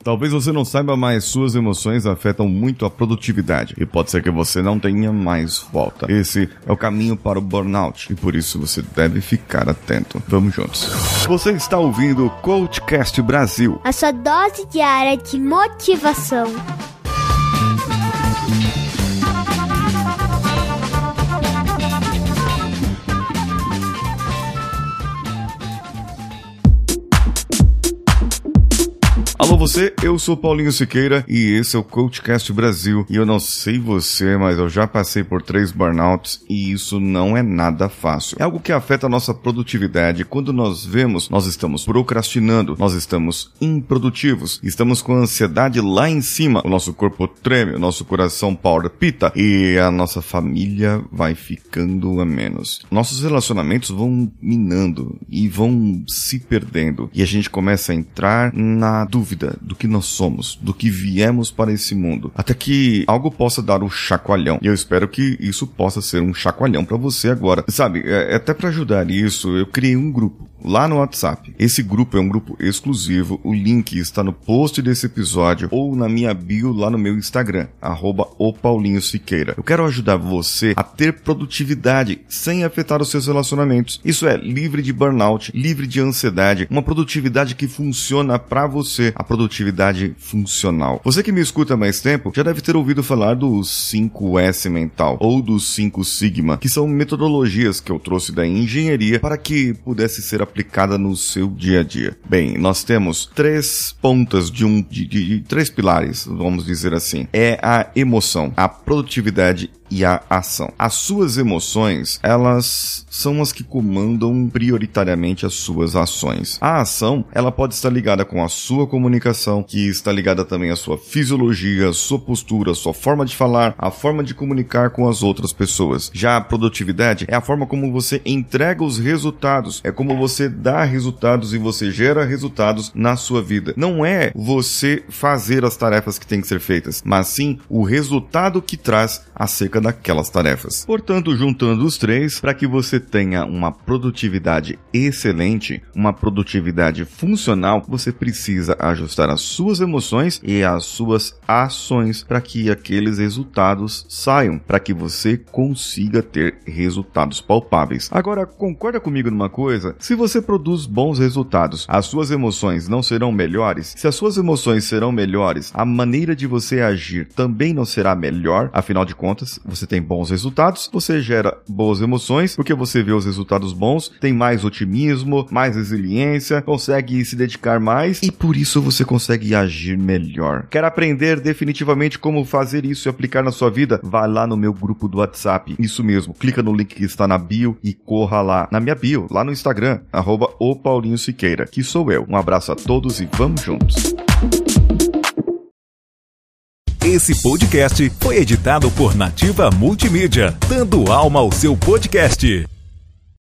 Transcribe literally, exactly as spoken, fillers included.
Talvez você não saiba, mas suas emoções afetam muito a produtividade e pode ser que você não tenha mais volta. Esse é o caminho para o burnout e por isso você deve ficar atento. Vamos juntos. Você está ouvindo o Coachcast Brasil, a sua dose diária de motivação. Alô você, eu sou Paulinho Siqueira e esse é o Coachcast Brasil. E eu não sei você, mas eu já passei por três burnouts e isso não é nada fácil. É algo que afeta a nossa produtividade. Quando nós vemos, nós estamos procrastinando, nós estamos improdutivos, estamos com a ansiedade lá em cima, o nosso corpo treme, o nosso coração palpita e a nossa família vai ficando a menos. Nossos relacionamentos vão minando e vão se perdendo e a gente começa a entrar na dúvida do que nós somos, do que viemos para esse mundo, até que algo possa dar um chacoalhão. E eu espero que isso possa ser um chacoalhão para você agora. Sabe, é, até para ajudar isso, eu criei um grupo lá no WhatsApp. Esse grupo é um grupo exclusivo, o link está no post desse episódio ou na minha bio lá no meu Instagram, arroba o Paulinho Siqueira. Eu quero ajudar você a ter produtividade sem afetar os seus relacionamentos. Isso é, livre de burnout, livre de ansiedade, uma produtividade que funciona para você, a produtividade funcional. Você que me escuta há mais tempo já deve ter ouvido falar do cinco S mental ou do cinco Sigma, que são metodologias que eu trouxe da engenharia para que pudesse ser aplicada no seu dia a dia. Bem, nós temos três pontas de um de, de, de três pilares, vamos dizer assim. É a emoção, a produtividade e a ação. As suas emoções, elas são as que comandam prioritariamente as suas ações. A ação, ela pode estar ligada com a sua comunicação, que está ligada também à sua fisiologia, à sua postura, à sua forma de falar, à forma de comunicar com as outras pessoas. Já a produtividade é a forma como você entrega os resultados, é como você dá resultados e você gera resultados na sua vida. Não é você fazer as tarefas que têm que ser feitas, mas sim o resultado que traz acerca daquelas tarefas. Portanto, juntando os três, para que você tenha uma produtividade excelente, uma produtividade funcional, você precisa ajustar as suas emoções e as suas ações para que aqueles resultados saiam, para que você consiga ter resultados palpáveis. Agora, concorda comigo numa coisa? Se você produz bons resultados, as suas emoções não serão melhores? Se as suas emoções serão melhores, a maneira de você agir também não será melhor, afinal de contas, você tem bons resultados, você gera boas emoções, porque você vê os resultados bons, tem mais otimismo, mais resiliência, consegue se dedicar mais e por isso você consegue agir melhor. Quer aprender definitivamente como fazer isso e aplicar na sua vida? Vá lá no meu grupo do WhatsApp. Isso mesmo, clica no link que está na bio e corra lá. Na minha bio, lá no Instagram, arroba o Paulinho Siqueira, que sou eu. Um abraço a todos e vamos juntos. Esse podcast foi editado por Nativa Multimídia, dando alma ao seu podcast.